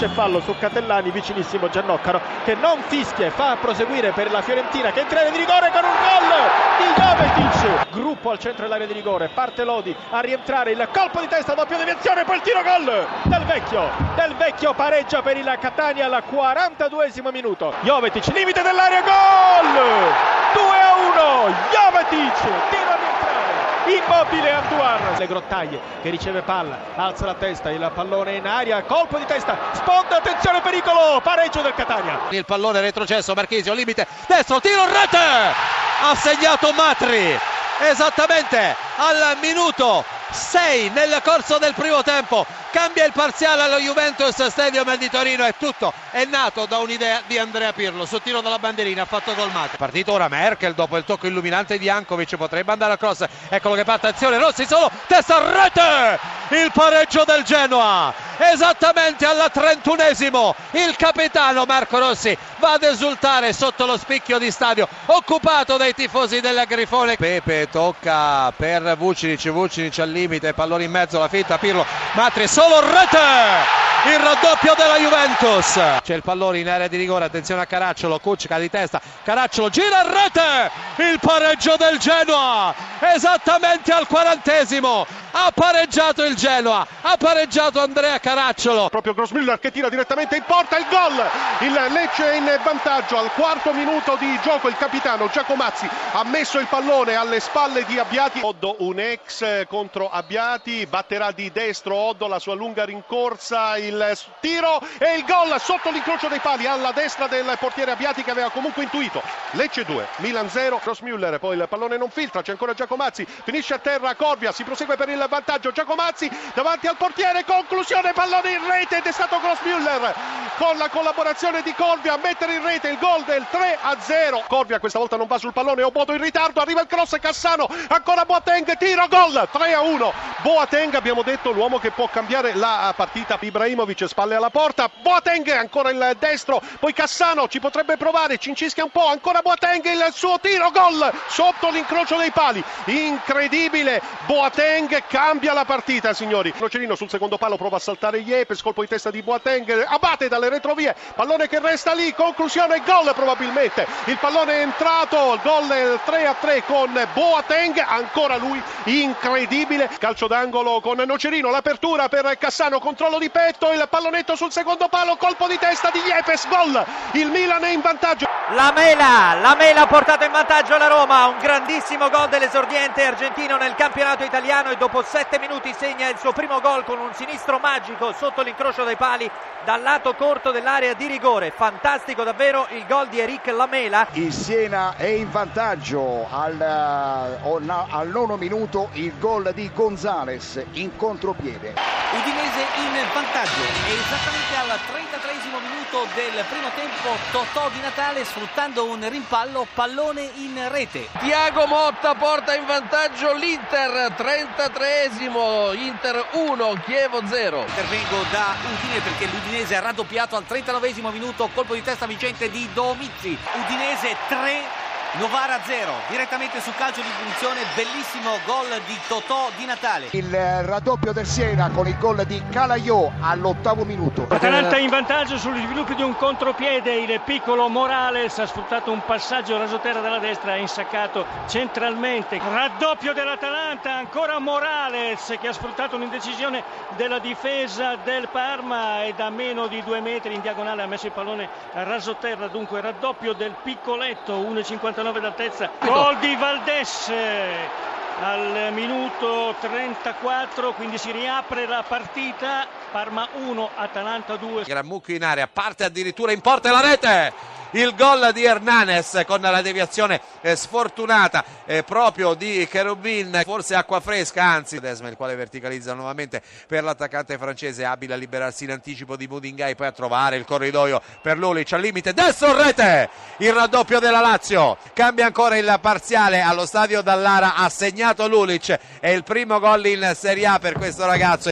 c'è fallo su Catellani, vicinissimo Giannoccaro che non fischia e fa proseguire per la Fiorentina che entra in area di rigore con un gol di Jovetic. Gruppo al centro dell'area di rigore, parte Lodi a rientrare, il colpo di testa, doppia deviazione, poi il tiro gol del vecchio pareggia per il Catania al 42esimo minuto. Jovetic, limite dell'area, gol 2-1, Jovetic, tiro a rientrare, immobile Anduar. Le Grottaglie che riceve palla, alza la testa, il pallone in aria, colpo di testa, sponda, attenzione, pericolo, pareggio del Catania. Il pallone retrocesso, Marchisio, limite destro, tiro in rete, ha segnato Matri esattamente al minuto 6 nel corso del primo tempo, cambia il parziale allo Juventus Stadium di Torino e tutto è nato da un'idea di Andrea Pirlo. Sul tiro dalla bandierina ha fatto gol Matri. Partito ora Merkel dopo il tocco illuminante di Jankovic, potrebbe andare a cross, eccolo che parte, azione, Rossi solo, testa a rete, il pareggio del Genoa esattamente al 31esimo. Il capitano Marco Rossi va ad esultare sotto lo spicchio di stadio occupato dai tifosi del Grifone. Pepe tocca per Vucinic al limite, pallone in mezzo, la finta, Pirlo, Matri solo rete, il raddoppio della Juventus. C'è il pallone in area di rigore, attenzione a Caracciolo, Kucka di testa, Caracciolo gira a rete, il pareggio del Genoa esattamente al 40esimo. Ha pareggiato il Genoa, ha pareggiato Andrea Caracciolo. Proprio Grossmüller che tira direttamente in porta, il gol, il Lecce in vantaggio al quarto minuto di gioco. Il capitano Giacomazzi ha messo il pallone alle spalle di Abbiati. Oddo, un ex contro Abbiati, batterà di destro Oddo, la sua lunga rincorsa, il tiro e il gol sotto l'incrocio dei pali alla destra del portiere Abbiati che aveva comunque intuito. Lecce 2, Milan 0, Grossmüller, poi il pallone non filtra, c'è ancora Giacomazzi, finisce a terra Corvia, si prosegue per il vantaggio, Giacomazzi davanti al portiere, conclusione, pallone in rete ed è stato Grossmüller con la collaborazione di Corvia a mettere in rete il gol del 3-0. Corvia questa volta non va sul pallone, Obodo in ritardo, arriva il cross, Cassano, ancora Boateng, tiro, gol, 3-1. Boateng, abbiamo detto, l'uomo che può cambiare la partita. Ibrahimovic spalle alla porta, Boateng ancora il destro, poi Cassano ci potrebbe provare, cincischia un po', ancora Boateng, il suo tiro, gol sotto l'incrocio dei pali, incredibile, Boateng cambia la partita, signori. Nocerino sul secondo palo prova a saltare Yepes, colpo di testa di Boateng, abbatte dalle retrovie, pallone che resta lì, conclusione, gol probabilmente, il pallone è entrato, gol 3-3 con Boateng, ancora lui, incredibile, calcio d'angolo con Nocerino, l'apertura per Cassano, controllo di petto, il pallonetto sul secondo palo, colpo di testa di Yepes, gol, il Milan è in vantaggio. La Mela ha portato in vantaggio la Roma, un grandissimo gol dell'esordiente argentino nel campionato italiano e dopo 7 minuti segna il suo primo gol con un sinistro magico sotto l'incrocio dei pali dal lato corto dell'area di rigore. Fantastico davvero il gol di Eric Lamela. Il Siena è in vantaggio al 9° minuto, il gol di Gonzales in contropiede. Udinese in vantaggio e esattamente al 33esimo minuto del primo tempo Totò Di Natale sfruttando un rimpallo, pallone in rete. Thiago Motta porta in vantaggio l'Inter, 33esimo, Inter 1, Chievo 0. Intervengo da Udine perché l'Udinese ha raddoppiato al 39esimo minuto, colpo di testa vincente di Domizzi. Udinese 3, Novara 0, direttamente su calcio di punizione, bellissimo gol di Totò Di Natale. Il raddoppio del Siena con il gol di Calaiò all'8° minuto. Atalanta in vantaggio sugli sviluppi di un contropiede, il piccolo Morales ha sfruttato un passaggio rasoterra dalla destra, ha insaccato centralmente. Raddoppio dell'Atalanta, ancora Morales che ha sfruttato un'indecisione della difesa del Parma e da meno di 2 metri in diagonale ha messo il pallone rasoterra, dunque raddoppio del piccoletto, 1,59 d'altezza, gol di Valdés al minuto 34, quindi si riapre la partita, Parma 1, Atalanta 2. Grammucchio in area, parte addirittura in porta e la rete! Il gol di Hernanes con la deviazione sfortunata proprio di Cherubin, forse acqua fresca, anzi Desma, il quale verticalizza nuovamente per l'attaccante francese, abile a liberarsi in anticipo di Budingai, poi a trovare il corridoio per Lulic al limite destro, rete, il raddoppio della Lazio, cambia ancora il parziale allo stadio Dallara, ha segnato Lulic, è il primo gol in Serie A per questo ragazzo.